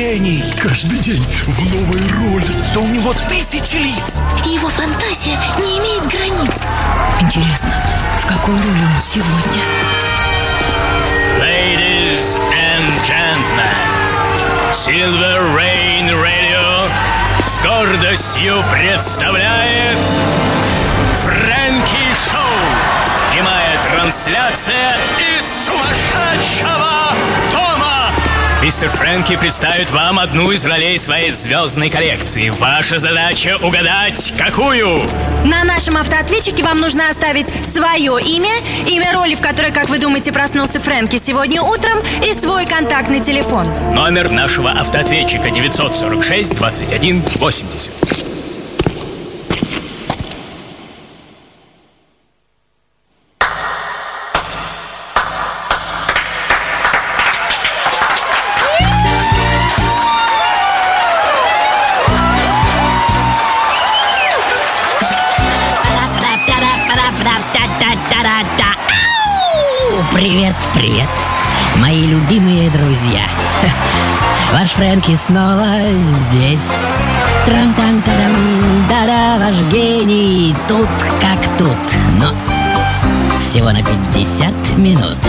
гений. Каждый день в новой роли. Да у него 1000 лиц. И его фантазия не имеет границ. Интересно, в какой роли он сегодня? Ladies and gentlemen, Silver Rain Radio с гордостью представляет Фрэнки Шоу. Прямая трансляция из сумасшедшего дома. Мистер Фрэнки представит вам одну из ролей своей звездной коллекции. Ваша задача угадать, какую? На нашем автоответчике вам нужно оставить свое имя, имя роли, в которой, как вы думаете, проснулся Фрэнки сегодня утром, и свой контактный телефон. Номер нашего автоответчика 946 21 80. Привет, привет, мои любимые друзья. Ваш Фрэнки снова здесь. Трам-там-тарам, да-да, ваш гений тут как тут, но всего на 50 минут.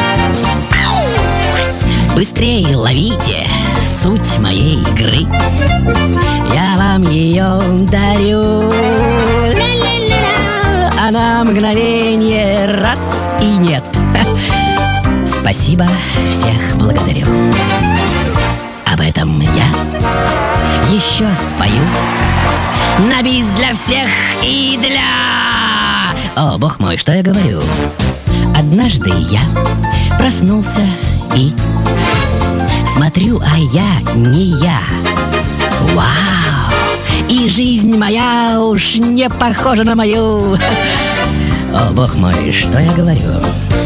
Быстрее ловите суть моей игры. Я вам ее дарю. А на мгновение раз и нет. Спасибо, всех благодарю. Об этом я еще спою на бис для всех и для... О, бог мой, что я говорю? Однажды я проснулся и смотрю, а я не я. Вау! И жизнь моя уж не похожа на мою. О, бог мой, что я говорю?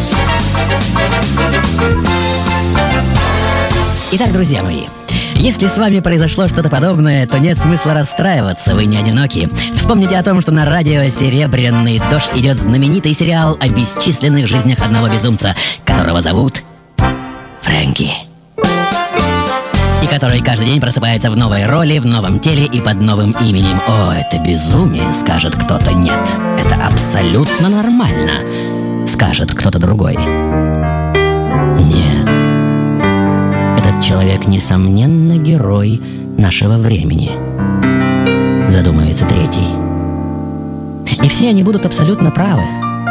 Итак, друзья мои, если с вами произошло что-то подобное, то нет смысла расстраиваться, вы не одиноки. Вспомните о том, что на радио «Серебряный дождь» идет знаменитый сериал о бесчисленных жизнях одного безумца, которого зовут Фрэнки. И который каждый день просыпается в новой роли, в новом теле и под новым именем. О, это безумие, скажет кто-то. Нет, это абсолютно нормально, скажет кто-то другой. Нет. Этот человек, несомненно, герой нашего времени, задумывается третий. И все они будут абсолютно правы.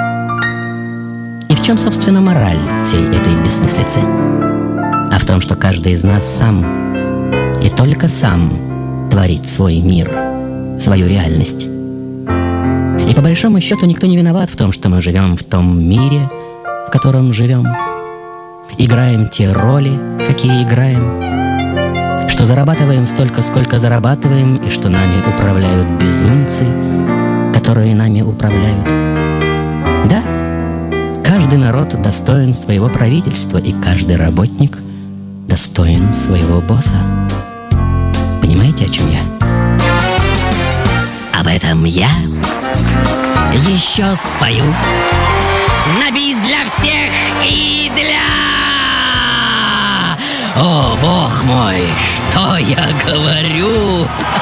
И в чем, собственно, мораль всей этой бессмыслицы? А в том, что каждый из нас сам и только сам творит свой мир, свою реальность. И по большому счету никто не виноват в том, что мы живем в том мире, в котором живем. Играем те роли, какие играем, что зарабатываем столько, сколько зарабатываем, и что нами управляют безумцы, которые нами управляют. Да, каждый народ достоин своего правительства, и каждый работник достоин своего босса. Понимаете, о чем я? Об этом я еще спою на бис для всех и для... О, бог мой, что я говорю?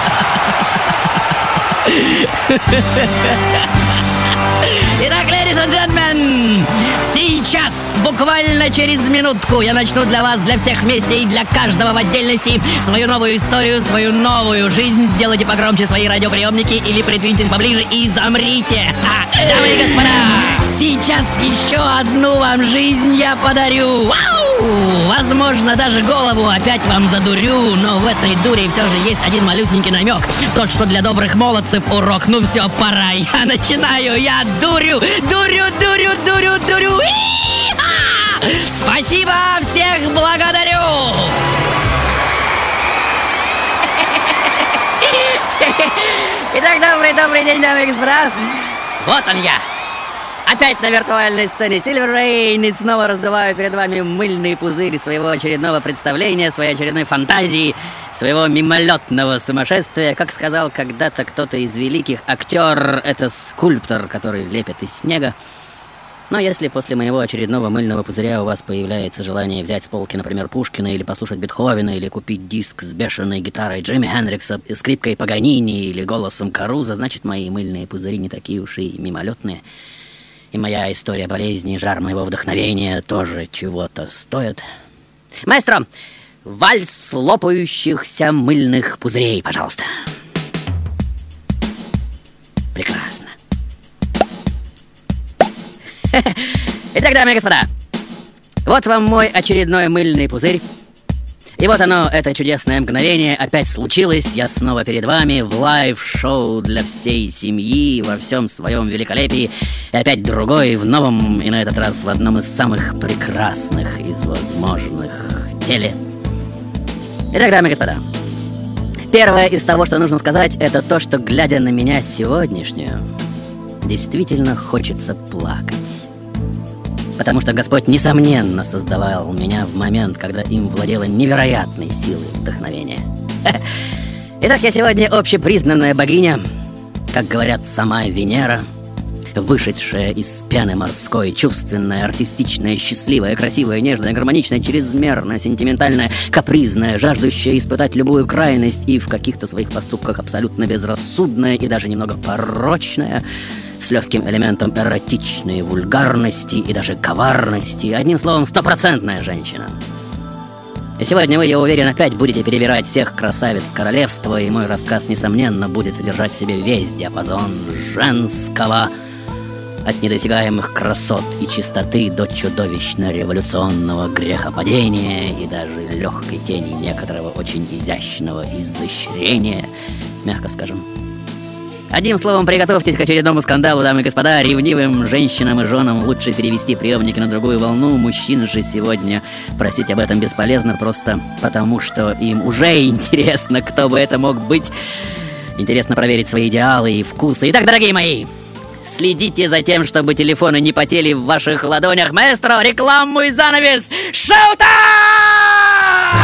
Итак, ladies and gentlemen, сейчас, буквально через минутку, я начну для вас, для всех вместе и для каждого в отдельности свою новую историю, свою новую жизнь. Сделайте погромче свои радиоприемники или придвиньтесь поближе и замрите. Дамы и господа, сейчас еще одну вам жизнь я подарю. Вау! Возможно, даже голову опять вам задурю, но в этой дуре все же есть один малюсенький намек. Тот, что для добрых молодцев урок. Ну все, пора, я начинаю, я дурю. И-ха! Спасибо, всех благодарю. Итак, добрый день, дамы и господа. Вот он я. Опять на виртуальной сцене Silver Rain, и снова раздуваю перед вами мыльный пузырь своего очередного представления, своей очередной фантазии, своего мимолетного сумасшествия. Как сказал когда-то кто-то из великих, актер — это скульптор, который лепит из снега. Но если после моего очередного мыльного пузыря у вас появляется желание взять с полки, например, Пушкина, или послушать Бетховена, или купить диск с бешеной гитарой Джимми Хендрикса, скрипкой Паганини или голосом Каруза, значит, мои мыльные пузыри не такие уж и мимолетные. И моя история болезни, жар моего вдохновения тоже чего-то стоит. Маэстро, вальс лопающихся мыльных пузырей, пожалуйста. Прекрасно. Итак, дамы и господа, вот вам мой очередной мыльный пузырь. И вот оно, это чудесное мгновение, опять случилось. Я снова перед вами в лайв-шоу для всей семьи во всем своем великолепии. И опять другой, в новом, и на этот раз в одном из самых прекрасных из возможных теле. Итак, дамы и господа, первое из того, что нужно сказать, это то, что, глядя на меня сегодняшнюю, действительно хочется плакать. Потому что Господь, несомненно, создавал меня в момент, когда им владела невероятной силой вдохновения. Итак, я сегодня общепризнанная богиня, как говорят, сама Венера, вышедшая из пены морской, чувственная, артистичная, счастливая, красивая, нежная, гармоничная, чрезмерно сентиментальная, капризная, жаждущая испытать любую крайность и в каких-то своих поступках абсолютно безрассудная и даже немного порочная, с легким элементом эротичной вульгарности и даже коварности. Одним словом, стопроцентная женщина. И сегодня вы, я уверен, опять будете перебирать всех красавиц королевства, и мой рассказ, несомненно, будет содержать в себе весь диапазон женского, от недосягаемых красот и чистоты до чудовищно-революционного грехопадения и даже легкой тени некоторого очень изящного изощрения, мягко скажем. Одним словом, приготовьтесь к очередному скандалу, дамы и господа. Ревнивым женщинам и женам лучше перевести приемники на другую волну. Мужчин же сегодня просить об этом бесполезно, просто потому что им уже интересно, кто бы это мог быть. Интересно проверить свои идеалы и вкусы. Итак, дорогие мои, следите за тем, чтобы телефоны не потели в ваших ладонях. Маэстро, рекламу и занавес! Шоу-тайм!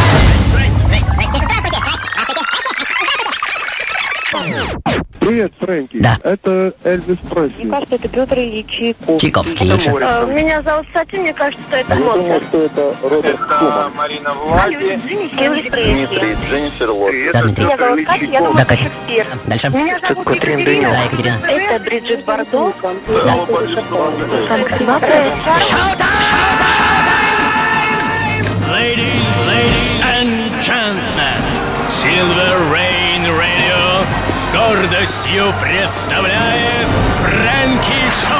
Привет, Фрэнки. Да. Это Эльвис Пресли. Мне кажется, это Петр Ильич Чайковский. Меня зовут Сати, мне кажется, что это Я думаю, Моцарт. что это Роберт Шуман. Марина Влади. Элвис Пресли. Дженнифер Лопес. Да, Дмитрий. Меня зовут Катя, я думаю, Да, это Катя. Шекспир. Дальше. Меня зовут Екатерина. Да, Екатерина. Это Бриджит Бардо. Да. Фрэнк Синатра. Ladies and gentlemen, Silver Rain Radio с гордостью представляет Фрэнки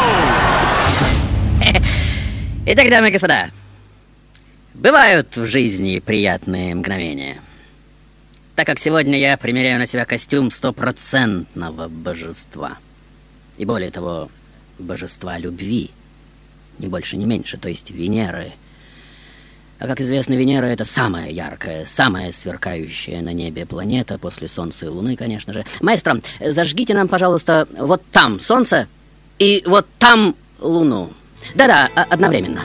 Шоу. Итак, дамы и господа, бывают в жизни приятные мгновения. Так как сегодня я примеряю на себя костюм стопроцентного божества. И более того, божества любви. Ни больше, ни меньше, то есть Венеры. А как известно, Венера — это самая яркая, самая сверкающая на небе планета, после Солнца и Луны, конечно же. Маэстро, зажгите нам, пожалуйста, вот там Солнце и вот там Луну. Да-да, одновременно.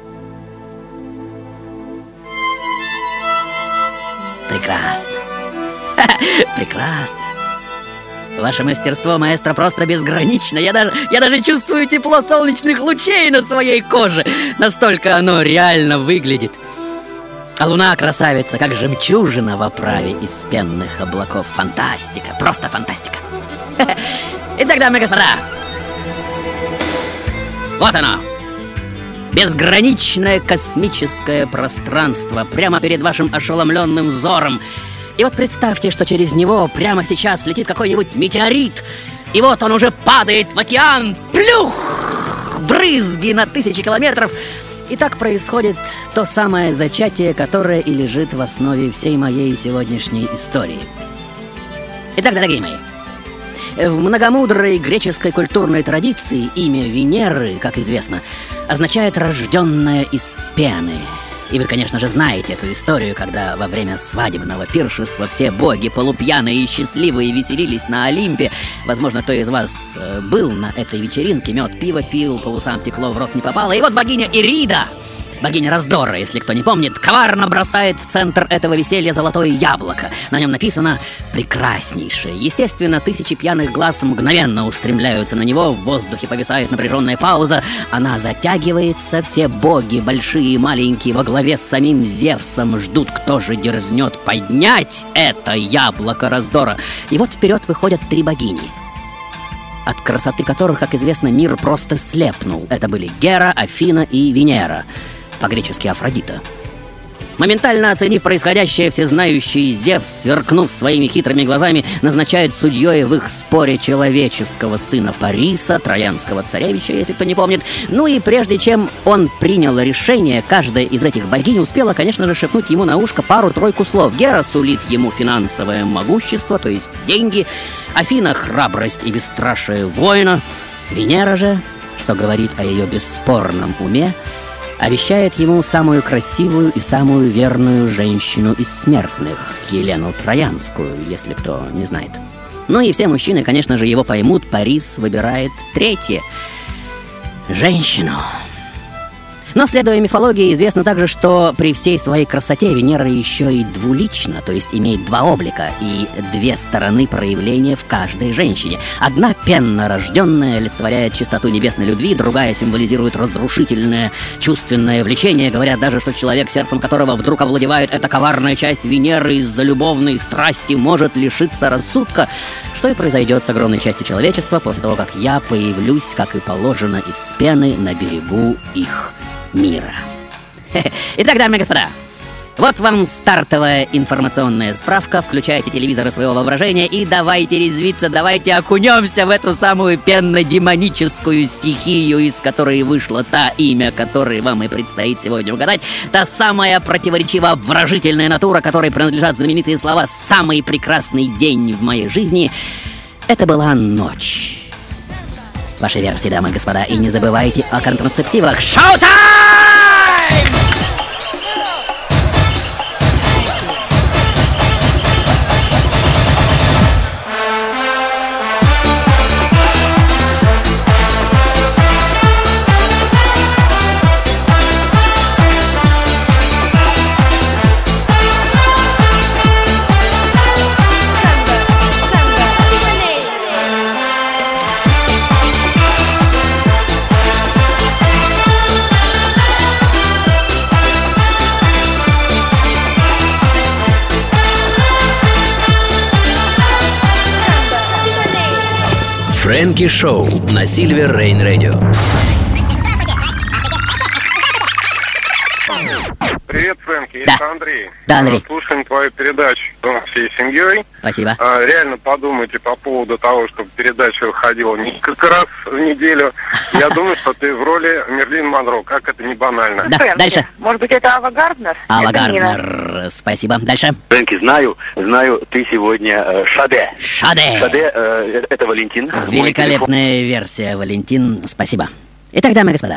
Прекрасно. Прекрасно. Ваше мастерство, маэстро, просто безгранично. Я даже чувствую тепло солнечных лучей на своей коже. Настолько оно реально выглядит. А луна красавица, как жемчужина в оправе из пенных облаков. Фантастика, просто фантастика. Итак, дамы и господа, вот оно. Безграничное космическое пространство прямо перед вашим ошеломленным взором. И вот представьте, что через него прямо сейчас летит какой-нибудь метеорит. И вот он уже падает в океан. Плюх! Брызги на тысячи километров. И так происходит то самое зачатие, которое и лежит в основе всей моей сегодняшней истории. Итак, дорогие мои, в многомудрой греческой культурной традиции имя Венеры, как известно, означает «рожденная из пены». И вы, конечно же, знаете эту историю, когда во время свадебного пиршества все боги полупьяные и счастливые веселились на Олимпе. Возможно, кто из вас был на этой вечеринке, мед, пиво пил, по усам текло, в рот не попало. И вот богиня Ирида Богиня раздора, если кто не помнит, коварно бросает в центр этого веселья золотое яблоко. На нем написано «прекраснейшее». Естественно, тысячи пьяных глаз мгновенно устремляются на него, в воздухе повисает напряженная пауза, она затягивается, все боги, большие и маленькие, во главе с самим Зевсом ждут, кто же дерзнет поднять это яблоко раздора. И вот вперед выходят 3 богини, от красоты которых, как известно, мир просто слепнул. Это были Гера, Афина и Венера, по-гречески Афродита. Моментально оценив происходящее, всезнающий Зевс, сверкнув своими хитрыми глазами, назначает судьей в их споре человеческого сына Париса, троянского царевича, если кто не помнит. Ну и прежде чем он принял решение, каждая из этих богинь успела, конечно же, шепнуть ему на ушко пару-тройку слов. Гера сулит ему финансовое могущество, то есть деньги. Афина — храбрость и бесстрашие воина. Венера же, что говорит о ее бесспорном уме, обещает ему самую красивую и самую верную женщину из смертных, Елену Троянскую, если кто не знает. Ну и все мужчины, конечно же, его поймут. Парис выбирает 3-е — женщину. Но, следуя мифологии, известно также, что при всей своей красоте Венера еще и двулична, то есть имеет 2 облика и 2 стороны проявления в каждой женщине. Одна пенно рожденная олицетворяет чистоту небесной любви, другая символизирует разрушительное чувственное влечение. Говорят даже, что человек, сердцем которого вдруг овладевает эта коварная часть Венеры из-за любовной страсти, может лишиться рассудка, что и произойдет с огромной частью человечества после того, как я появлюсь, как и положено, из пены на берегу их мира. Итак, дамы и господа, вот вам стартовая информационная справка. Включайте телевизоры своего воображения и давайте резвиться, давайте окунемся в эту самую пенно-демоническую стихию, из которой вышло та имя, которое вам и предстоит сегодня угадать. Та самая противоречиво-обворожительная натура, которой принадлежат знаменитые слова «самый прекрасный день в моей жизни». Это была ночь. Ваши версии, дамы и господа, и не забывайте о контрацептивах. Шоу-тайм! Фрэнки Шоу на Silver Rain Radio. Привет, Фрэнки, Да. это Андрей. Да, Андрей. Слушаем твою передачу всей семьей. Спасибо. Реально подумайте по поводу того, чтобы передача выходила несколько раз в неделю. Я думаю, что ты в роли Мерлин Монро, как это не банально. Да, Фрэнки, дальше. Может быть, это Ава Гарднер? Ава Это Нина. Гарднер. Спасибо. Дальше. Фрэнки, знаю, ты сегодня Шаде. Шаде. Шаде, это Валентин. Великолепная версия, Валентин. Спасибо. Итак, дамы и господа,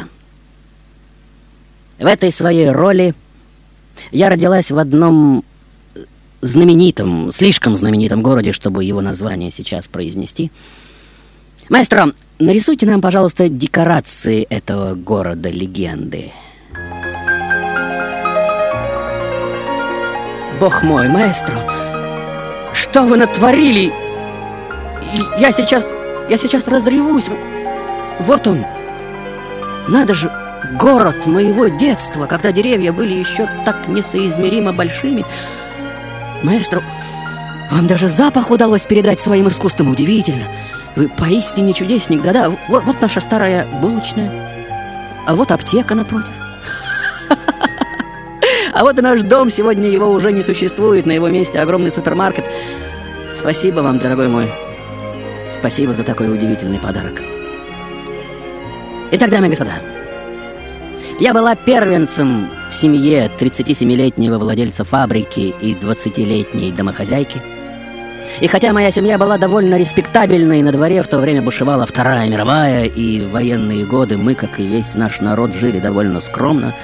в этой своей роли я родилась в одном знаменитом, слишком знаменитом городе, чтобы его название сейчас произнести. Маэстро, нарисуйте нам, пожалуйста, декорации этого города-легенды. Бог мой, маэстро, что вы натворили? Я сейчас разревусь. Вот он. Надо же, город моего детства, когда деревья были еще так несоизмеримо большими. Маэстро, вам даже запах удалось передать своим искусством. Удивительно. Вы поистине чудесник. Да-да, вот наша старая булочная. А вот аптека напротив. А вот и наш дом. Сегодня его уже не существует. На его месте огромный супермаркет. Спасибо вам, дорогой мой. Спасибо за такой удивительный подарок. Итак, дамы и господа, я была первенцем в семье 37-летнего владельца фабрики и 20-летней домохозяйки. И хотя моя семья была довольно респектабельной, на дворе в то время бушевала Вторая мировая, и в военные годы мы, как и весь наш народ, жили довольно скромно,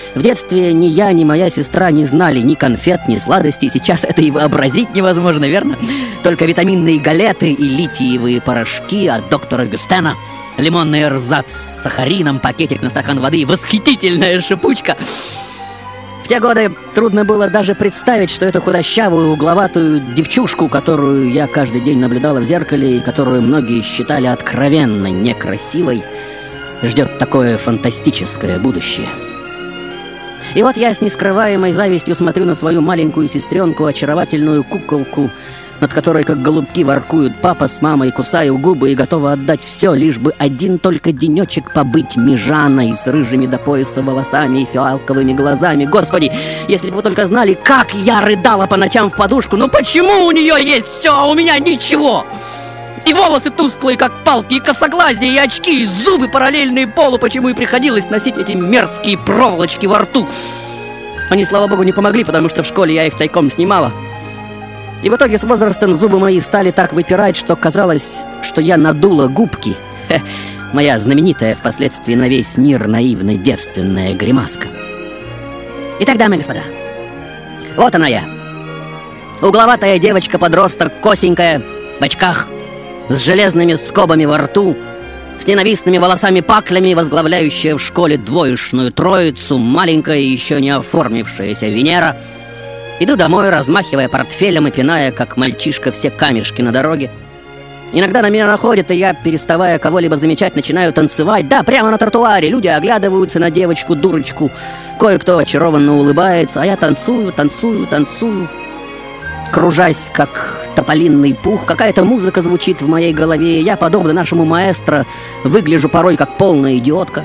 В детстве ни я, ни моя сестра не знали ни конфет, ни сладостей. Сейчас это и вообразить невозможно, верно? Только витаминные галеты и литиевые порошки от доктора Гюстена, лимонный эрзац с сахарином, пакетик на стакан воды и восхитительная шипучка. В те годы трудно было даже представить, что эту худощавую, угловатую девчушку, которую я каждый день наблюдала в зеркале и которую многие считали откровенно некрасивой, ждет такое фантастическое будущее. И вот я с нескрываемой завистью смотрю на свою маленькую сестренку, очаровательную куколку, над которой, как голубки, воркуют папа с мамой, кусаю губы и готова отдать все, лишь бы один только денечек побыть Межаной с рыжими до пояса волосами и фиалковыми глазами. Господи, если бы вы только знали, как я рыдала по ночам в подушку. Ну почему у нее есть все, а у меня ничего? И волосы тусклые, как палки, и косоглазие, и очки, и зубы параллельные полу, почему и приходилось носить эти мерзкие проволочки во рту. Они, слава богу, не помогли, потому что в школе я их тайком снимала. И в итоге с возрастом зубы мои стали так выпирать, что казалось, что я надула губки. Моя знаменитая впоследствии на весь мир наивно-девственная гримаска. Итак, дамы и господа, вот она я. Угловатая девочка-подросток, косенькая, в очках, с железными скобами во рту, с ненавистными волосами-паклями, возглавляющая в школе двоечную троицу, маленькая еще не оформившаяся Венера. Иду домой, размахивая портфелем и пиная, как мальчишка, все камешки на дороге. Иногда на меня находят, и я, переставая кого-либо замечать, начинаю танцевать. Да, прямо на тротуаре. Люди оглядываются на девочку-дурочку. Кое-кто очарованно улыбается, а я танцую, кружась, как тополинный пух. Какая-то музыка звучит в моей голове. Я, подобно нашему маэстро, выгляжу порой как полная идиотка.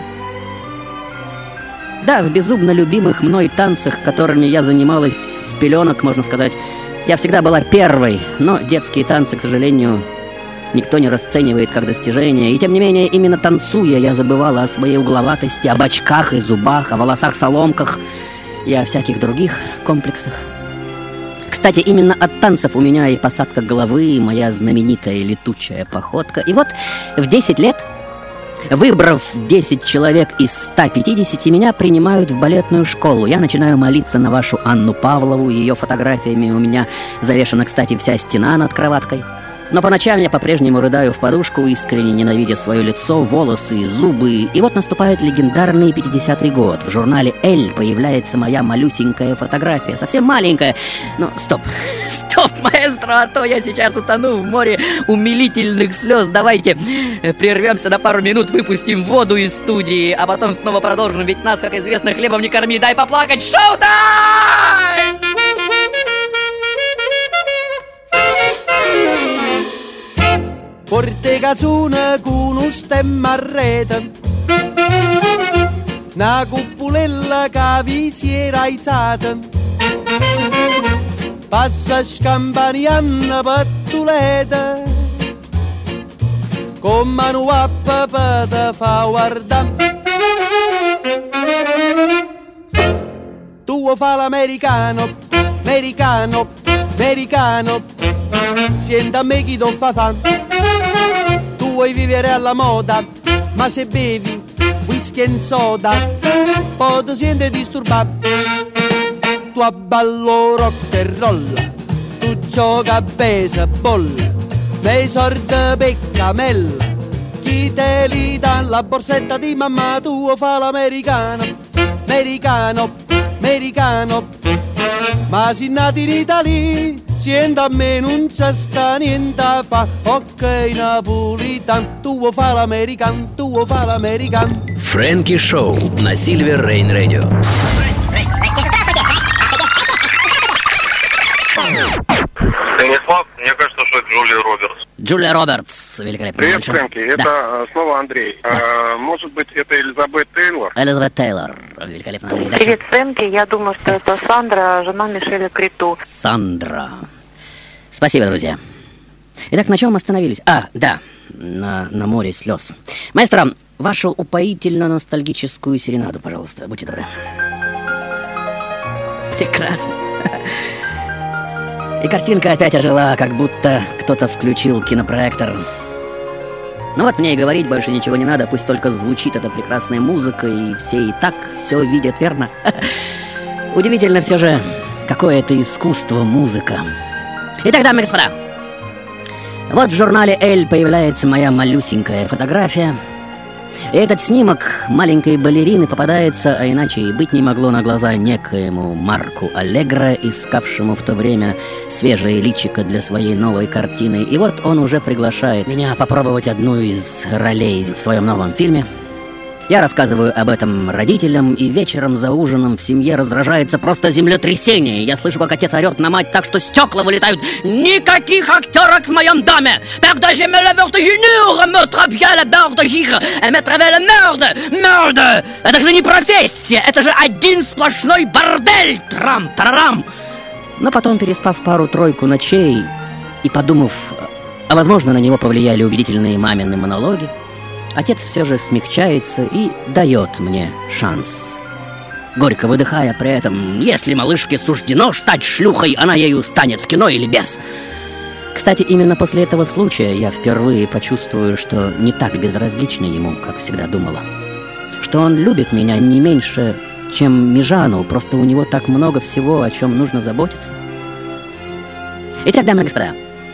Да, в безумно любимых мной танцах, которыми я занималась с пеленок, можно сказать, я всегда была первой. Но детские танцы, к сожалению, никто не расценивает как достижение. И тем не менее, именно танцуя, я забывала о своей угловатости, об очках и зубах, о волосах-соломках и о всяких других комплексах. Кстати, именно от танцев у меня и посадка головы, и моя знаменитая летучая походка. И вот в 10 лет, выбрав 10 человек из 150, меня принимают в балетную школу. Я начинаю молиться на вашу Анну Павлову. Ее фотографиями у меня завешена, кстати, вся стена над кроваткой. Но по ночам я по-прежнему рыдаю в подушку, искренне ненавидя свое лицо, волосы, зубы. И вот наступает легендарный 50-й год. В журнале «Эль» появляется моя малюсенькая фотография. Совсем маленькая. Но стоп, маэстро, а то я сейчас утону в море умилительных слез. Давайте прервемся на пару минут, выпустим воду из студии, а потом снова продолжим. Ведь нас, как известно, хлебом не корми. Дай поплакать. Шоу-тайм! Porte cazzone con un stemma a rete, una cupolella che vi si era alzata, passa scampanianna pattuleta, con mano a papà te fa guardare. Tu fa l'americano, americano, americano, senta a me chi ti fa fare. Tu vuoi vivere alla moda, ma se bevi whisky e soda, poi ti senti disturbato. Tu abballo rock e roll, tu gioca a baseball, nei sordi peccamella, chi te li dà la borsetta di mamma. Tu fa l'americano, americano, americano, ma si nati in Italia, sienta a me non c'è sta niente a fa. Ok, Napolitan, tu fa l'American, tu fa l'American. Фрэнки Шоу на Silver Rain Radio. Станислав, мне кажется, что это Джулия Робертс. Джулия Робертс, великолепно. Привет, Фрэнки, это да. снова Андрей. Да. Может быть, это Элизабет Тейлор? Элизабет Тейлор, великолепно. Привет, Фрэнки, я думаю, что это Сандра, жена Мишеля Криту. Сандра. Спасибо, друзья. Итак, на чем мы остановились? Да, на море слез. Маэстро, вашу упоительно-ностальгическую серенаду, пожалуйста, будьте добры. Прекрасно. И картинка опять ожила, как будто кто-то включил кинопроектор. Ну вот мне и говорить больше ничего не надо, пусть только звучит эта прекрасная музыка, и все и так все видят, верно? Удивительно все же, какое это искусство музыка. Итак, дамы и господа, вот в журнале «Эль» появляется моя малюсенькая фотография. И этот снимок маленькой балерины попадается, а иначе и быть не могло, на глаза некоему Марку Аллегро, искавшему в то время свежее личико для своей новой картины. И вот он уже приглашает меня попробовать одну из ролей в своем новом фильме. Я рассказываю об этом родителям, и вечером за ужином в семье разражается просто землетрясение. Я слышу, как отец орет на мать так, что стекла вылетают. Никаких актерок в моем доме! Это же не профессия, это же один сплошной бордель! Трам-тарарам! Но потом, переспав пару-тройку ночей и подумав, а возможно, на него повлияли убедительные мамины монологи, отец все же смягчается и дает мне шанс, горько выдыхая при этом: если малышке суждено стать шлюхой, она ею станет в кино или без. Кстати, именно после этого случая я впервые почувствую, что не так безразлично ему, как всегда думала. Что он любит меня не меньше, чем Мижану, просто у него так много всего, о чем нужно заботиться. Итак, дамы и господа,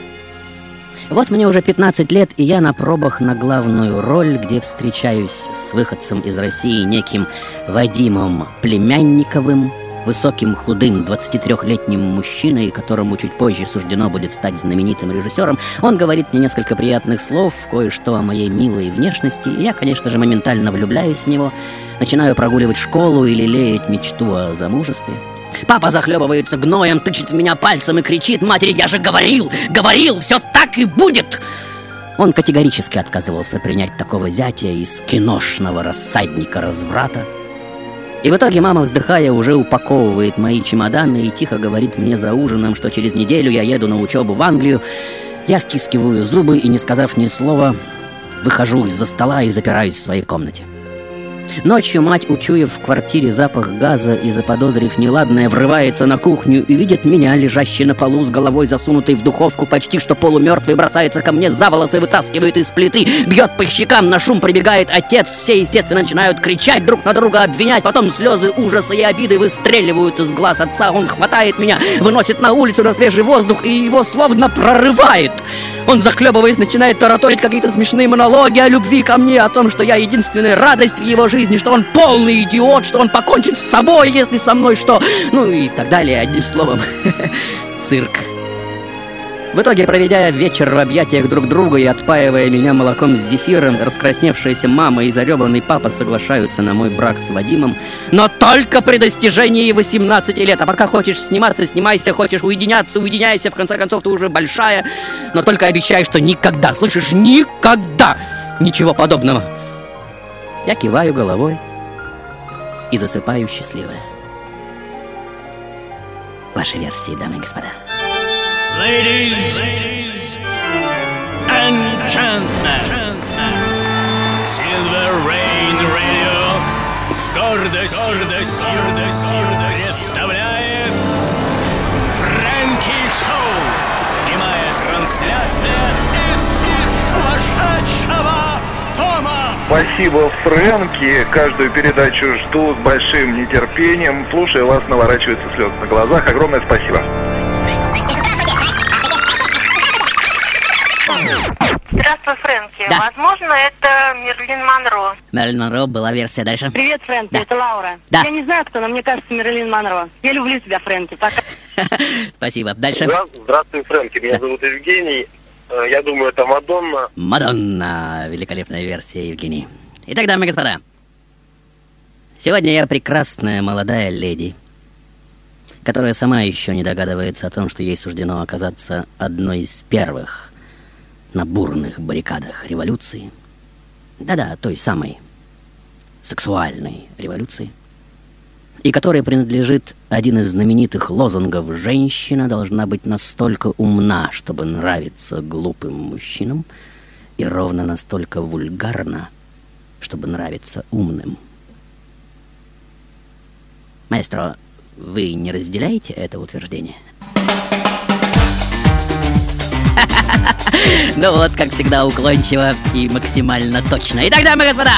вот мне уже 15 лет, и я на пробах на главную роль, где встречаюсь с выходцем из России неким Вадимом Племянниковым, высоким, худым, 23-летним мужчиной, которому чуть позже суждено будет стать знаменитым режиссером. Он говорит мне несколько приятных слов, кое-что о моей милой внешности, и я, конечно же, моментально влюбляюсь в него, начинаю прогуливать школу и лелеять мечту о замужестве. Папа захлебывается гноем, тычет в меня пальцем и кричит матери: «Я же говорил, все так и будет!» Он категорически отказывался принять такого зятя из киношного рассадника разврата. И в итоге мама, вздыхая, уже упаковывает мои чемоданы и тихо говорит мне за ужином, что через неделю я еду на учебу в Англию. Я стискиваю зубы и, не сказав ни слова, выхожу из-за стола и запираюсь в своей комнате. Ночью мать, учуяв в квартире запах газа и заподозрив неладное, врывается на кухню и видит меня, лежащий на полу с головой засунутой в духовку, почти что полумертвый, бросается ко мне за волосы, вытаскивает из плиты, бьет по щекам, на шум прибегает отец. Все, естественно, начинают кричать друг на друга, обвинять, потом слезы ужаса и обиды выстреливают из глаз отца. Он хватает меня, выносит на улицу на свежий воздух, и его словно прорывает. Он, захлебываясь, начинает тараторить какие-то смешные монологи о любви ко мне, о том, что я единственная радость в его жизни, что он полный идиот, что он покончит с собой, если со мной что... Ну и так далее, одним словом. Цирк. В итоге, проведя вечер в объятиях друг друга и отпаивая меня молоком с зефиром, раскрасневшаяся мама и заребанный папа соглашаются на мой брак с Вадимом, но только при достижении 18 лет. А пока хочешь сниматься, снимайся, хочешь уединяться, уединяйся, в конце концов, ты уже большая, но только обещай, что никогда, слышишь, никогда ничего подобного. Я киваю головой и засыпаю счастливая. Ваши версии, дамы и господа. Ladies and gentlemen, Silver Rain Radio с гордостью представляет Фрэнки Шоу. Прямая трансляция из сумасшедшего дома. Спасибо, Фрэнки. Каждую передачу жду с большим нетерпением. Слушая вас, наворачиваются слезы на глазах. Огромное спасибо. Здравствуй, Фрэнки. Да. Возможно, это Мерлин Монро. Мерлин Монро, была версия. Дальше. Привет, Фрэнки, Да. это Лаура. Да. Я не знаю, кто, но мне кажется, Мерлин Монро. Я люблю тебя, Фрэнки. Пока. Спасибо. Дальше. Здравствуй, Фрэнки. Меня зовут Евгений. Я думаю, это Мадонна. Мадонна. Великолепная версия, Евгений. Итак, дамы и господа, сегодня я прекрасная молодая леди, которая сама еще не догадывается о том, что ей суждено оказаться одной из первых на бурных баррикадах революции. Да-да, той самой сексуальной революции, и которой принадлежит один из знаменитых лозунгов: «Женщина должна быть настолько умна, чтобы нравиться глупым мужчинам, и ровно настолько вульгарна, чтобы нравиться умным». Маэстро, вы не разделяете это утверждение? Ну вот, как всегда, уклончиво и максимально точно. Итак, дамы и господа,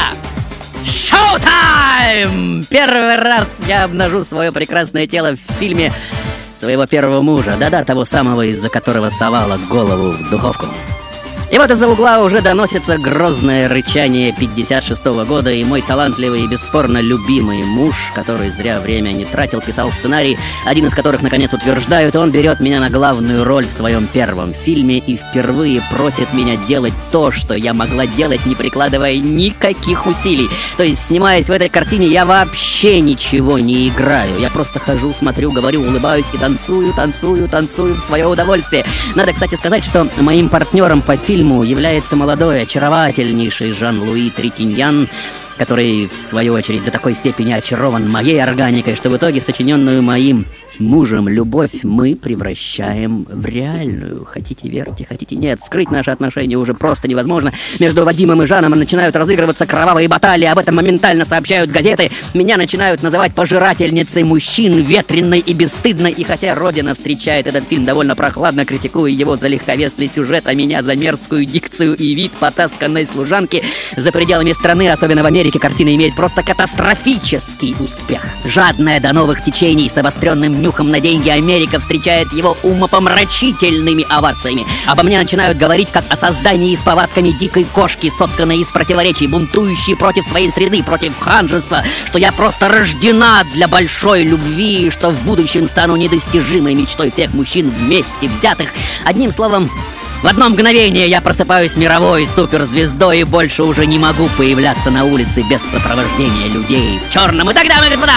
шоу-тайм! Первый раз я обнажу свое прекрасное тело в фильме своего первого мужа. Да-да, того самого, из-за которого совала голову в духовку. И вот из-за угла уже доносится грозное рычание 56-го года, и мой талантливый и бесспорно любимый муж, который зря время не тратил, писал сценарий, один из которых, наконец, утверждают, и он берет меня на главную роль в своем первом фильме и впервые просит меня делать то, что я могла делать, не прикладывая никаких усилий. То есть, снимаясь в этой картине, я вообще ничего не играю. Я просто хожу, смотрю, говорю, улыбаюсь и танцую в свое удовольствие. Надо, кстати, сказать, что моим партнером по фильму является молодой, очаровательнейший Жан-Луи Трикиньян, который, в свою очередь, до такой степени очарован моей органикой, что в итоге сочиненную моим мужем любовь мы превращаем в реальную. Хотите верьте, хотите нет. Скрыть наши отношения уже просто невозможно. Между Вадимом и Жаном начинают разыгрываться кровавые баталии. Об этом моментально сообщают газеты. Меня начинают называть пожирательницей мужчин, ветреной и бесстыдной. И хотя Родина встречает этот фильм довольно прохладно, критикуя его за легковесный сюжет, а меня за мерзкую дикцию и вид потасканной служанки, за пределами страны, особенно в Америке, картина имеет просто катастрофический успех. Жадная до новых течений, с обостренным нюхом на деньги, Америка встречает его умопомрачительными овациями. Обо мне начинают говорить как о создании с повадками дикой кошки, сотканной из противоречий, бунтующей против своей среды, против ханжества, что я просто рождена для большой любви, что в будущем стану недостижимой мечтой всех мужчин вместе взятых. Одним словом, в одно мгновение я просыпаюсь мировой суперзвездой и больше уже не могу появляться на улице без сопровождения людей в черном. И тогда, мои господа,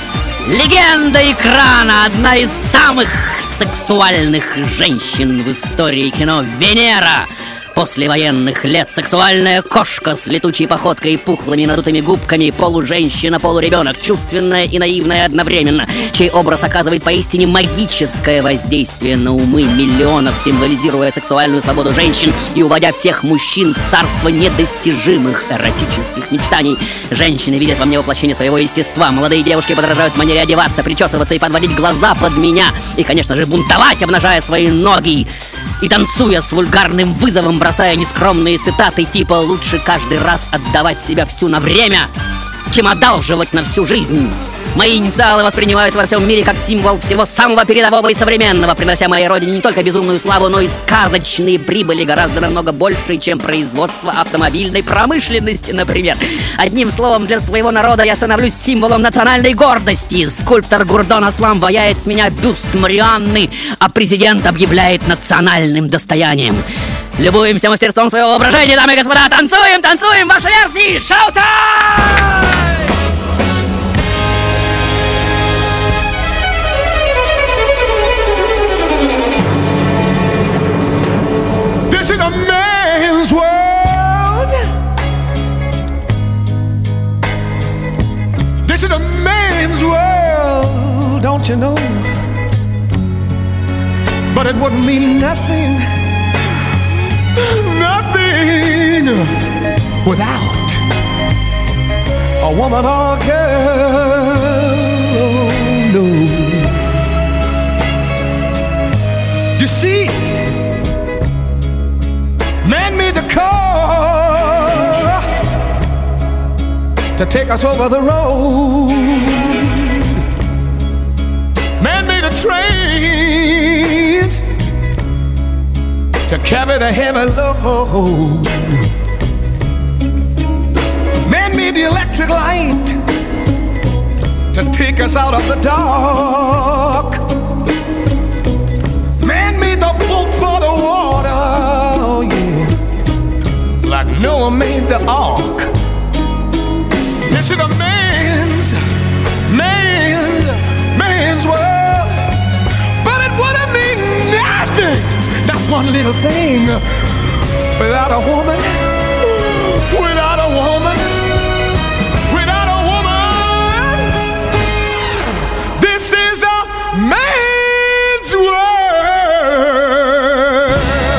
легенда экрана, одна из самых сексуальных женщин в истории кино, Венера. Послевоенных лет сексуальная кошка с летучей походкой и пухлыми надутыми губками, полуженщина, полуребенок, чувственная и наивная одновременно, чей образ оказывает поистине магическое воздействие на умы миллионов, символизируя сексуальную свободу женщин и уводя всех мужчин в царство недостижимых эротических мечтаний. Женщины видят во мне воплощение своего естества. Молодые девушки подражают манере одеваться, причесываться и подводить глаза под меня. И, конечно же, бунтовать, обнажая свои ноги. И танцуя с вульгарным вызовом, бросая нескромные цитаты типа «лучше каждый раз отдавать себя всю на время, чем одалживать на всю жизнь». Мои инициалы воспринимаются во всем мире как символ всего самого передового и современного, принося моей родине не только безумную славу, но и сказочные прибыли, гораздо намного больше, чем производство автомобильной промышленности, например. Одним словом, для своего народа я становлюсь символом национальной гордости. Скульптор Гурдон Аслам ваяет с меня бюст Марианны, а президент объявляет национальным достоянием. Любуемся мастерством своего воображения, дамы и господа! Танцуем, танцуем! Ваши версии! Шоу-тайм! This is a man's world. This is a man's world, don't you know? But it wouldn't mean nothing, nothing without a woman or a girl. No. You see, man made the car to take us over the road. Man made a train to carry the heavy load. Man made the electric light to take us out of the dark. Man made the boat for the water, oh yeah, like Noah made the ark. This is a man's world, but it wouldn't mean nothing, not one little thing, without a woman, without a woman, without a woman. This is a man's world.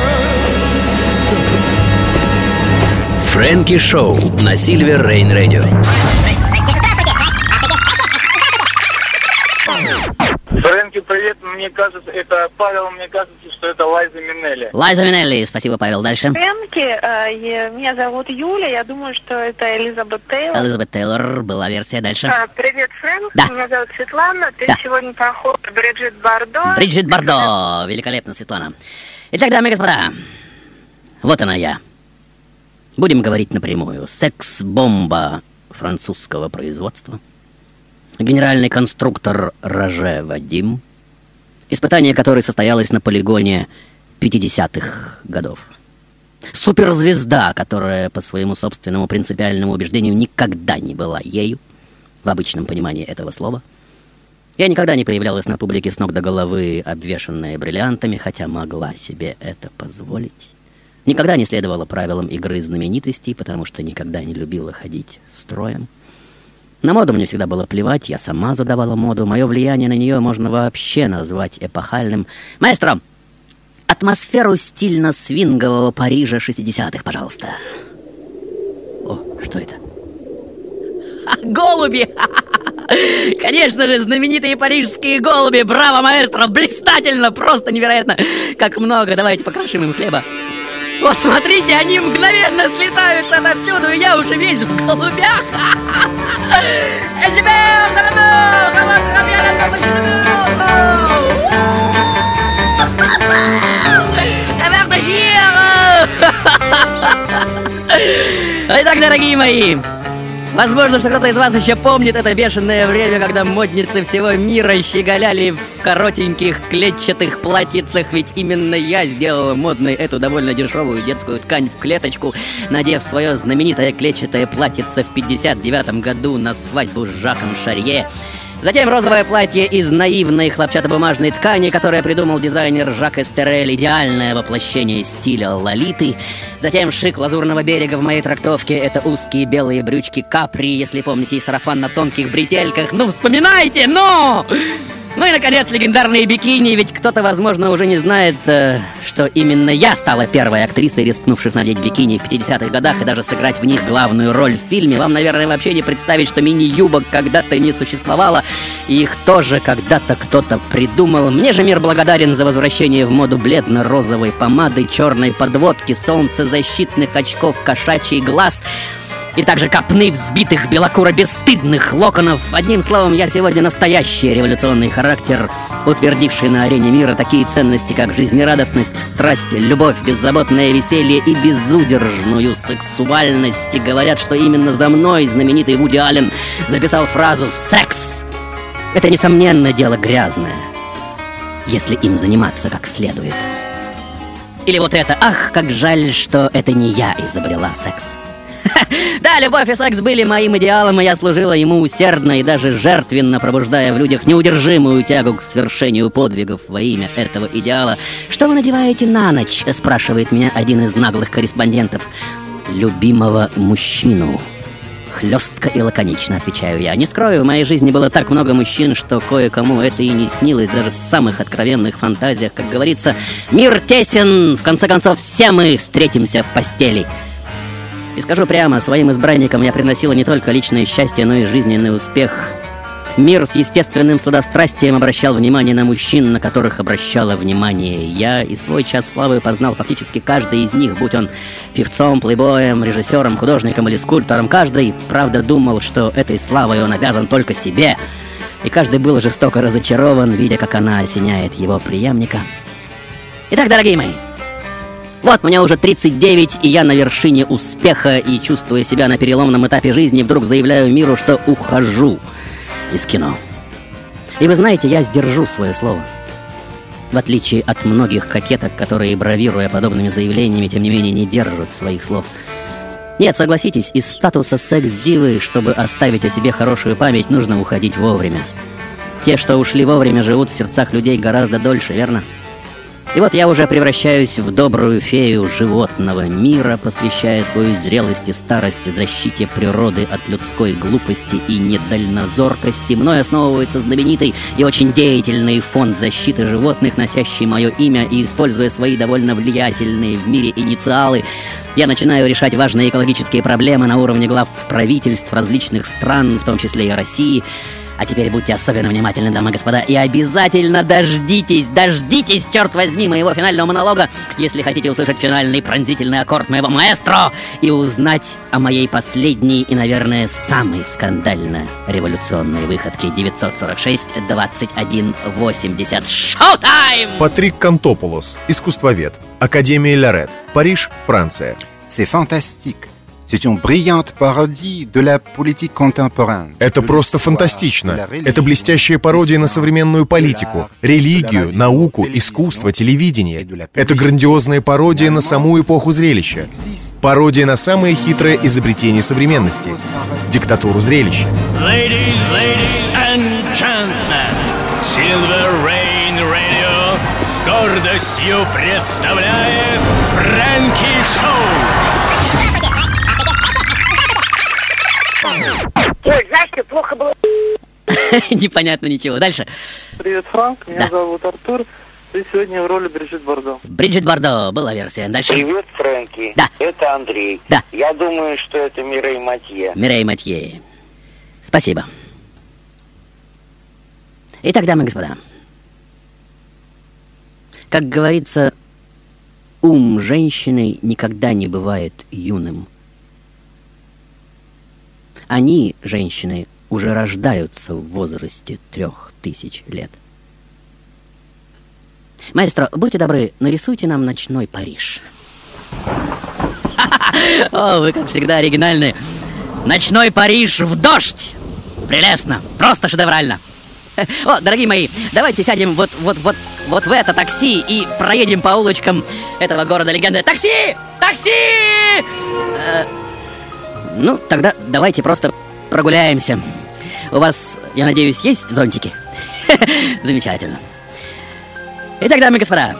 Фрэнки Шоу на Silver Rain Radio. Фрэнки, привет. Мне кажется, это Павел, мне кажется, что это Лайза Минелли. Лайза Минелли, спасибо, Павел. Дальше. Фрэнки, меня зовут Юля, я думаю, что это Элизабет Тейлор. Элизабет Тейлор, была версия. Дальше. Привет, Фрэнк, да. Меня зовут Светлана, ты сегодня похож Бриджит Бардо. Бриджит Бардо, великолепно, Светлана. Итак, дамы и господа, вот она я. Будем говорить напрямую. Секс-бомба французского производства. Генеральный конструктор Роже Вадим, испытание которой состоялось на полигоне 50-х годов. Суперзвезда, которая по своему собственному принципиальному убеждению никогда не была ею, в обычном понимании этого слова. Я никогда не появлялась на публике с ног до головы, обвешанная бриллиантами, хотя могла себе это позволить. Никогда не следовала правилам игры знаменитостей, потому что никогда не любила ходить строем. На моду мне всегда было плевать, я сама задавала моду. Мое влияние на нее можно вообще назвать эпохальным. Маэстро, атмосферу стильно-свингового Парижа 60-х, пожалуйста. О, что это? Голуби! Конечно же, знаменитые парижские голуби. Браво, маэстро, блистательно, просто невероятно. Как много, давайте покрошим им хлеба. О, смотрите, они мгновенно слетаются отовсюду, и я уже весь в голубях. Итак, дорогие мои, возможно, что кто-то из вас еще помнит это бешеное время, когда модницы всего мира щеголяли в коротеньких клетчатых платьицах, ведь именно я сделала модной эту довольно дешевую детскую ткань в клеточку, надев свое знаменитое клетчатое платьице в 59-м году на свадьбу с Жаком Шарье. Затем розовое платье из наивной хлопчатобумажной ткани, которое придумал дизайнер Жак Эстерель, идеальное воплощение стиля Лолиты. Затем шик Лазурного берега в моей трактовке — это узкие белые брючки капри, если помните, и сарафан на тонких бретельках. Ну, вспоминайте, но... Ну и, наконец, легендарные бикини, ведь кто-то, возможно, уже не знает, что именно я стала первой актрисой, рискнувшей надеть бикини в 50-х годах и даже сыграть в них главную роль в фильме. Вам, наверное, вообще не представить, что мини-юбок когда-то не существовало, и их тоже когда-то кто-то придумал. Мне же мир благодарен за возвращение в моду бледно-розовой помады, черной подводки, солнцезащитных очков, кошачий глаз и также копны взбитых белокуро-бесстыдных локонов. Одним словом, я сегодня настоящий революционный характер, утвердивший на арене мира такие ценности, как жизнерадостность, страсть, любовь, беззаботное веселье и безудержную сексуальность. И говорят, что именно за мной знаменитый Вуди Аллен записал фразу «Секс — это, несомненно, дело грязное, если им заниматься как следует». Или вот это «Ах, как жаль, что это не я изобрела секс». Да, любовь и секс были моим идеалом, и я служила ему усердно и даже жертвенно, пробуждая в людях неудержимую тягу к свершению подвигов во имя этого идеала. «Что вы надеваете на ночь?» — спрашивает меня один из наглых корреспондентов. «Любимого мужчину». Хлестко и лаконично отвечаю я. Не скрою, в моей жизни было так много мужчин, что кое-кому это и не снилось даже в самых откровенных фантазиях. Как говорится, мир тесен, в конце концов, все мы встретимся в постели. И скажу прямо, своим избранникам я приносила не только личное счастье, но и жизненный успех. Мир с естественным сладострастием обращал внимание на мужчин, на которых обращала внимание я, и свой час славы познал фактически каждый из них, будь он певцом, плейбоем, режиссером, художником или скульптором. Каждый, правда, думал, что этой славой он обязан только себе, и каждый был жестоко разочарован, видя, как она осеняет его преемника. Итак, дорогие мои, вот мне уже 39, и я на вершине успеха, и, чувствуя себя на переломном этапе жизни, вдруг заявляю миру, что ухожу из кино. И вы знаете, я сдержу свое слово. В отличие от многих кокеток, которые, бравируя подобными заявлениями, тем не менее не держат своих слов. Нет, согласитесь, из статуса секс-дивы, чтобы оставить о себе хорошую память, нужно уходить вовремя. Те, что ушли вовремя, живут в сердцах людей гораздо дольше, верно? И вот я уже превращаюсь в добрую фею животного мира, посвящая свою зрелость и старость защите природы от людской глупости и недальнозоркости. Мной основывается знаменитый и очень деятельный фонд защиты животных, носящий мое имя, и, используя свои довольно влиятельные в мире инициалы, я начинаю решать важные экологические проблемы на уровне глав правительств различных стран, в том числе и России. А теперь будьте особенно внимательны, дамы и господа, и обязательно дождитесь, черт возьми, моего финального монолога, если хотите услышать финальный пронзительный аккорд моего маэстро и узнать о моей последней и, наверное, самой скандально-революционной выходке 946-21-80. Шоу-тайм! Патрик Кантопулос, искусствовед, Академия Лорет, Париж, Франция. C'est fantastique. C'est une brillante parodie de la politique contemporaine. Это просто фантастично. Это блестящая пародия на современную политику, религию, науку, искусство, телевидение. Это грандиозная пародия на саму эпоху зрелища. Пародия на самое хитрое изобретение современности — диктатуру зрелища. Ladies and gentlemen, Silver Rain Radio с гордостью представляет Фрэнки Шоу. Ой, знаешь, что плохо было? Непонятно ничего. Дальше. Привет, Франк. Меня зовут Артур. Ты сегодня в роли Бриджит Бардо. Бриджит Бардо. Была версия. Дальше. Привет, Фрэнки. Да. Это Андрей. Да. Я думаю, что это Мирей Матье. Мирей Матье. Спасибо. Итак, дамы и господа. Как говорится, ум женщины никогда не бывает юным. Они, женщины, уже рождаются в возрасте 3000 лет. Маэстро, будьте добры, нарисуйте нам ночной Париж. О, вы, как всегда, оригинальны. Ночной Париж в дождь! Прелестно, просто шедеврально. О, дорогие мои, давайте сядем вот в это такси и проедем по улочкам этого города-легенды. Такси! Такси! Ну, тогда давайте просто прогуляемся. У вас, я надеюсь, есть зонтики? Замечательно. Итак, дамы и господа,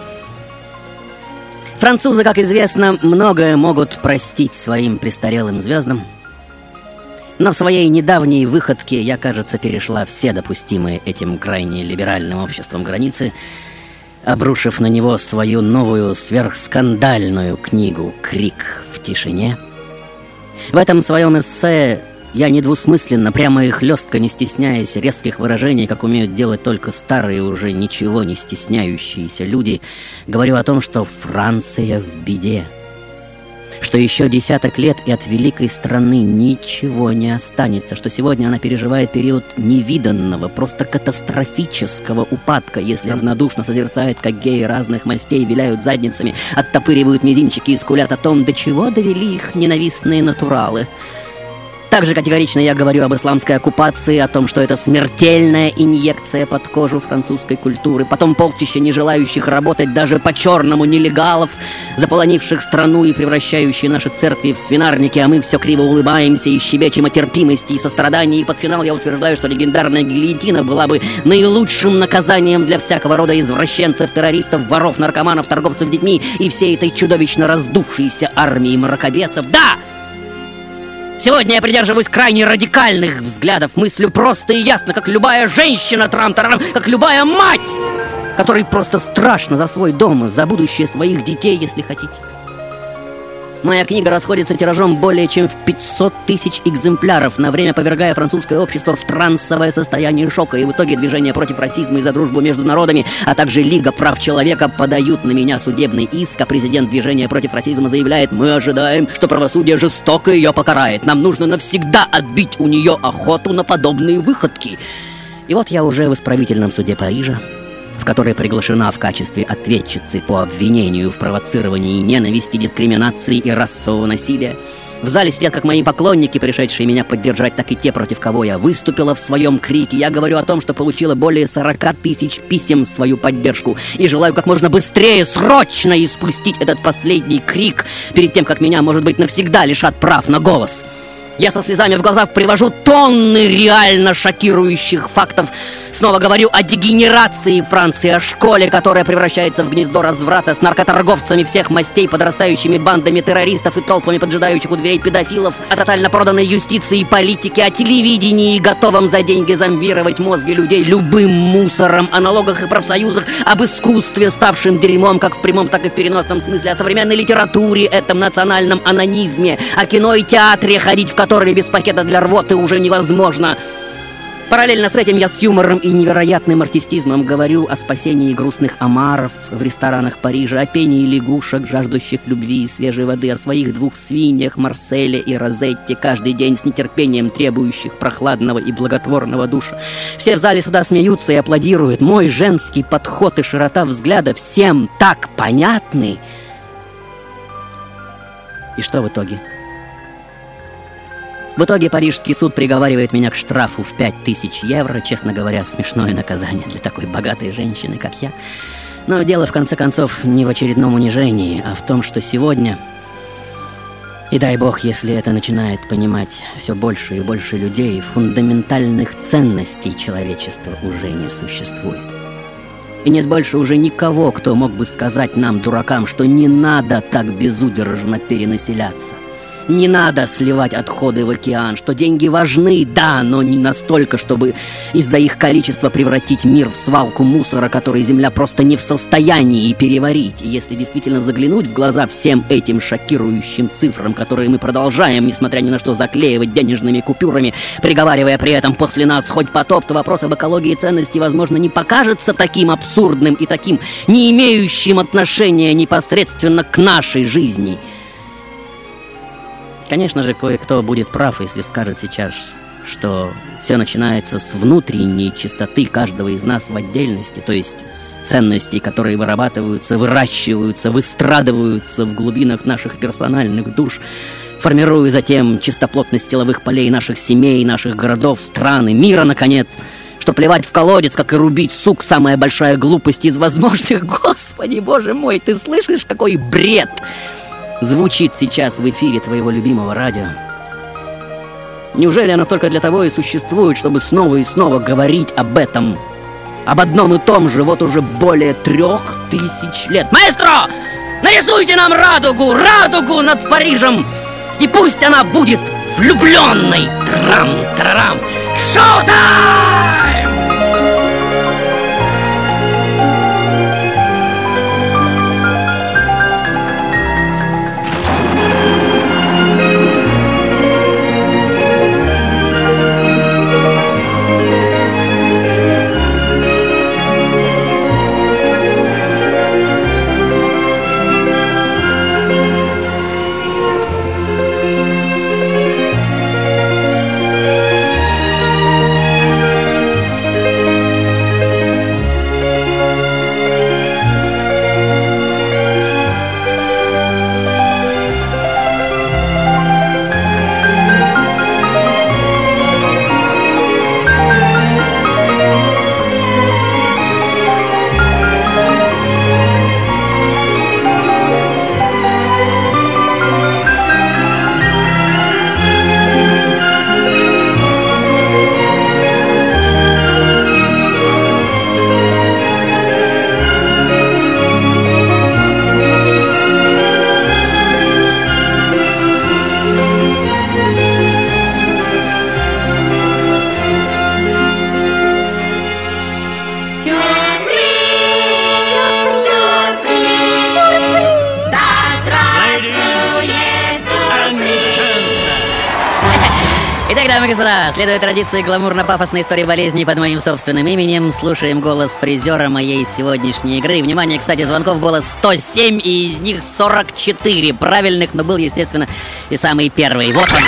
французы, как известно, многое могут простить своим престарелым звездам. Но в своей недавней выходке я, кажется, перешла все допустимые этим крайне либеральным обществом границы, обрушив на него свою новую сверхскандальную книгу «Крик в тишине». В этом своем эссе я недвусмысленно, прямо и хлестко, не стесняясь резких выражений, как умеют делать только старые, уже ничего не стесняющиеся люди, говорю о том, что Франция в беде, что еще десяток лет и от великой страны ничего не останется, что сегодня она переживает период невиданного, просто катастрофического упадка, если равнодушно созерцает, как геи разных мастей виляют задницами, оттопыривают мизинчики и скулят о том, до чего довели их ненавистные натуралы. Также категорично я говорю об исламской оккупации, о том, что это смертельная инъекция под кожу французской культуры, потом полчища не желающих работать даже по-черному нелегалов, заполонивших страну и превращающие наши церкви в свинарники, а мы все криво улыбаемся и щебечем о терпимости и сострадании, и под финал я утверждаю, что легендарная гильотина была бы наилучшим наказанием для всякого рода извращенцев, террористов, воров, наркоманов, торговцев детьми и всей этой чудовищно раздувшейся армии мракобесов. Да! Сегодня я придерживаюсь крайне радикальных взглядов, мыслю просто и ясно, как любая женщина, трам-тарам, как любая мать, которой просто страшно за свой дом, за будущее своих детей, если хотите. Моя книга расходится тиражом более чем в 500 тысяч экземпляров, на время повергая французское общество в трансовое состояние шока. И в итоге движение против расизма и за дружбу между народами, а также Лига прав человека подают на меня судебный иск, а президент движения против расизма заявляет: мы ожидаем, что правосудие жестоко ее покарает. Нам нужно навсегда отбить у нее охоту на подобные выходки. И вот я уже в исправительном суде Парижа, в которой приглашена в качестве ответчицы по обвинению в провоцировании ненависти, дискриминации и расового насилия. В зале сидят как мои поклонники, пришедшие меня поддержать, так и те, против кого я выступила в своем крике. Я говорю о том, что получила более 40 тысяч писем в свою поддержку и желаю как можно быстрее, срочно испустить этот последний крик перед тем, как меня, может быть, навсегда лишат прав на голос. Я со слезами в глазах привожу тонны реально шокирующих фактов. Снова говорю о дегенерации Франции, о школе, которая превращается в гнездо разврата с наркоторговцами всех мастей, подрастающими бандами террористов и толпами поджидающих у дверей педофилов, о тотально проданной юстиции и политике, о телевидении, готовом за деньги зомбировать мозги людей любым мусором, о налогах и профсоюзах, об искусстве, ставшем дерьмом как в прямом, так и в переносном смысле, о современной литературе, этом национальном анонизме, о кино и театре, ходить в который без пакета для рвоты уже невозможно. Параллельно с этим я с юмором и невероятным артистизмом говорю о спасении грустных омаров в ресторанах Парижа, о пении лягушек, жаждущих любви и свежей воды, о своих 2 свиньях, Марселе и Розетте, каждый день с нетерпением требующих прохладного и благотворного душа. Все в зале сюда смеются и аплодируют. Мой женский подход и широта взгляда всем так понятны. И что в итоге? В итоге парижский суд приговаривает меня к штрафу в 5000 евро. Честно говоря, смешное наказание для такой богатой женщины, как я. Но дело, в конце концов, не в очередном унижении, а в том, что сегодня, и дай бог, если это начинает понимать все больше и больше людей, фундаментальных ценностей человечества уже не существует. И нет больше уже никого, кто мог бы сказать нам, дуракам, что не надо так безудержно перенаселяться. Не надо сливать отходы в океан, что деньги важны, да, но не настолько, чтобы из-за их количества превратить мир в свалку мусора, который Земля просто не в состоянии переварить. И если действительно заглянуть в глаза всем этим шокирующим цифрам, которые мы продолжаем, несмотря ни на что, заклеивать денежными купюрами, приговаривая при этом после нас хоть потоп, то вопрос об экологии ценностей, возможно, не покажется таким абсурдным и таким не имеющим отношения непосредственно к нашей жизни. Конечно же, кое-кто будет прав, если скажет сейчас, что все начинается с внутренней чистоты каждого из нас в отдельности, то есть с ценностей, которые вырабатываются, выращиваются, выстрадываются в глубинах наших персональных душ, формируя затем чистоплотность тиловых полей наших семей, наших городов, стран и мира, наконец, что плевать в колодец, как и рубить сук, самая большая глупость из возможных. Господи, боже мой, ты слышишь, какой бред звучит сейчас в эфире твоего любимого радио? Неужели оно только для того и существует, чтобы снова и снова говорить об этом, об одном и том же, вот уже более 3000 лет? Маэстро, нарисуйте нам радугу, радугу над Парижем, и пусть она будет влюбленной. Трам-тарарам. Шоу-тайм! Дамы и господа, следуя традиции гламурно-пафосной истории болезни под моим собственным именем, слушаем голос призера моей сегодняшней игры. Внимание, кстати, звонков было 107, и из них 44 правильных, но был, естественно, и самый первый. Вот он.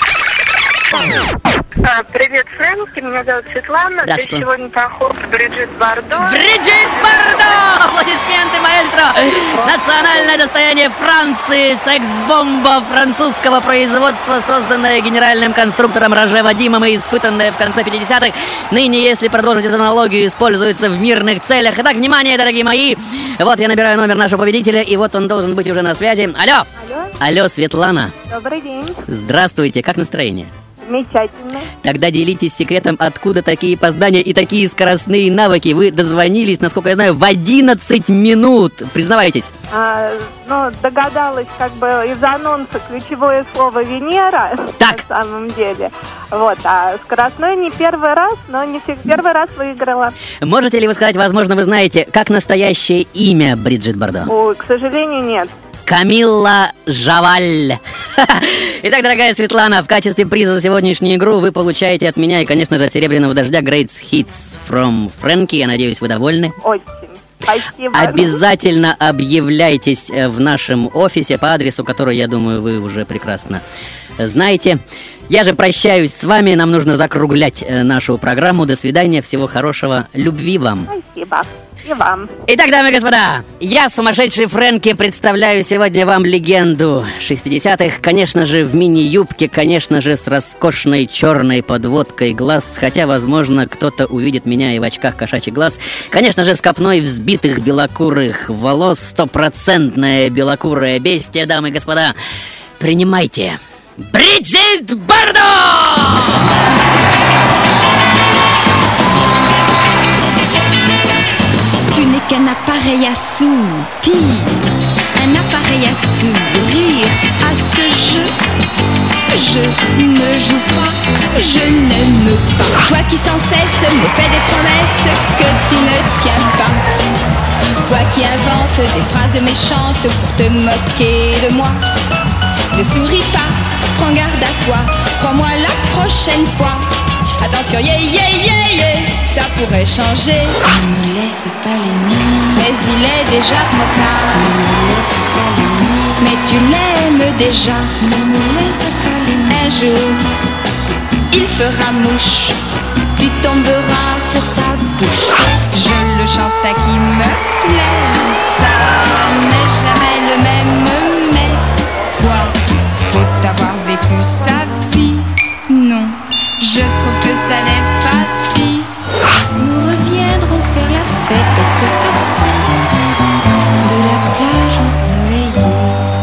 Привет, Фрэнки, меня зовут Светлана. Ты сегодня похож Бриджит Бардо. Бриджит Бардо! Аплодисменты, маэстро! Национальное достояние Франции, секс-бомба французского производства, созданная генеральным конструктором Роже Вадимом и испытанная в конце 50-х. Ныне, если продолжить эту аналогию, используется в мирных целях. Итак, внимание, дорогие мои! Вот я набираю номер нашего победителя, и вот он должен быть уже на связи. Алло! Алло, Светлана. Добрый день. Здравствуйте, как настроение? Замечательно. Тогда делитесь секретом, откуда такие познания и такие скоростные навыки. Вы дозвонились, насколько я знаю, в 11 минут. Признавайтесь. Догадалась из анонса ключевое слово Венера. Так. На самом деле. Вот, а скоростной не первый раз, но не первый раз выиграла. Можете ли вы сказать, возможно, вы знаете, как настоящее имя Бриджит Бардо? Ой, к сожалению, нет. Камилла Жаваль. Итак, дорогая Светлана, в качестве приза за сегодняшнюю игру вы получаете от меня и, конечно же, от Серебряного дождя Great Hits from Frankie. Я надеюсь, вы довольны? Очень. Спасибо. Обязательно объявляйтесь в нашем офисе по адресу, который, я думаю, вы уже прекрасно знаете. Я же прощаюсь с вами, нам нужно закруглять нашу программу. До свидания, всего хорошего, любви вам. Спасибо. И вам. Итак, дамы и господа, я, сумасшедший Фрэнки, представляю сегодня вам легенду 60-х. Конечно же, в мини-юбке, конечно же, с роскошной черной подводкой глаз. Хотя, возможно, кто-то увидит меня и в очках кошачий глаз. Конечно же, с копной взбитых белокурых волос. Стопроцентное белокурое бестие, дамы и господа. Принимайте Бриджит Бардо! Tu n'es qu'un appareil à soupir, un appareil à sourire. À ce jeu, je ne joue pas, je n'aime pas. Toi qui sans cesse me fais des promesses que tu ne tiens pas. Toi qui inventes des phrases méchantes pour te moquer de moi. Ne souris pas, prends garde à toi, crois-moi la prochaine fois. Attention, yeah, yeah, yeah, yeah, ça pourrait changer. Ne me laisse pas l'aimer, mais il est déjà trop tard. Ne me laisse pas l'aimer, mais tu l'aimes déjà. Ne me laisse pas l'aimer. Un jour, il fera mouche, tu tomberas sur sa bouche. Je le chante à qui me plaît, ça n'est jamais le même, mais quoi, faut avoir vécu sa vie, non. Je trouve que ça n'est pas si. Nous reviendrons faire la fête aux crustacés de la plage ensoleillée,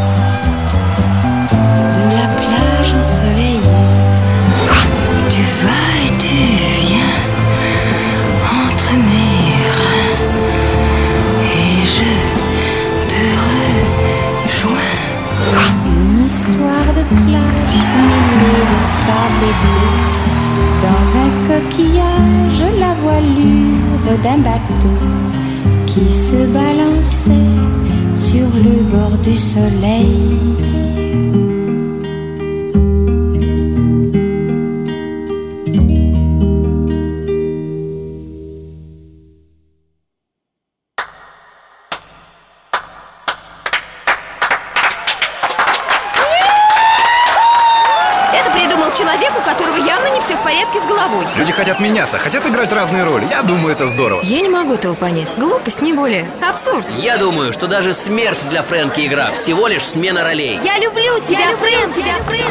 de la plage ensoleillée. Tu vas et tu viens entre mes reins et je te rejoins. Une histoire de plage mêlée de sable et d'eau. Dans un coquillage, la voilure d'un bateau qui se balançait sur le bord du soleil. Человек, у которого явно не все в порядке с головой. Люди хотят меняться, хотят играть разные роли. Я думаю, это здорово. Я не могу этого понять. Глупость, не более. Абсурд. Я думаю, что даже смерть для Фрэнки игра. Всего лишь смена ролей. Я люблю тебя, Фрэнки.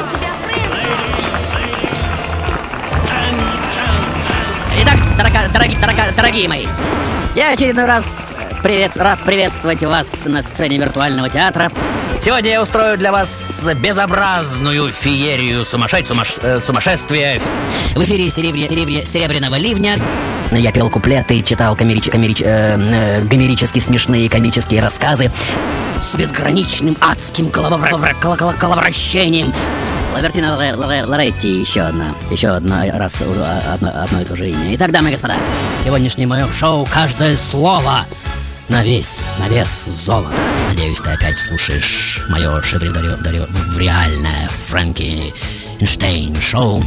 Итак, дорогие мои, я очередной раз рад приветствовать вас на сцене виртуального театра. Сегодня я устрою для вас безобразную феерию сумасшествия. В эфире Серебряного ливня. Я пел куплеты, читал гомерически смешные комические рассказы с безграничным адским голововращением. Лавертина Лоретти, еще одно и то же имя. Итак, дамы и господа, в сегодняшнем моем шоу каждое слово на вес золота. Надеюсь, ты опять слушаешь мое шевридореальное Фрэнки Эйнштейн шоу.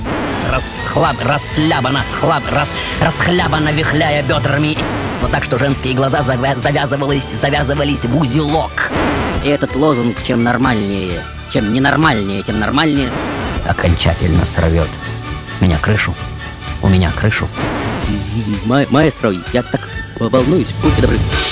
Расхлябано, вихляя бедрами. Вот так, что женские глаза завязывались в узелок. И этот лозунг, чем ненормальнее, тем нормальнее, окончательно сорвет с меня крышу. У меня крышу. Маэстро, я так волнуюсь, будьте добры.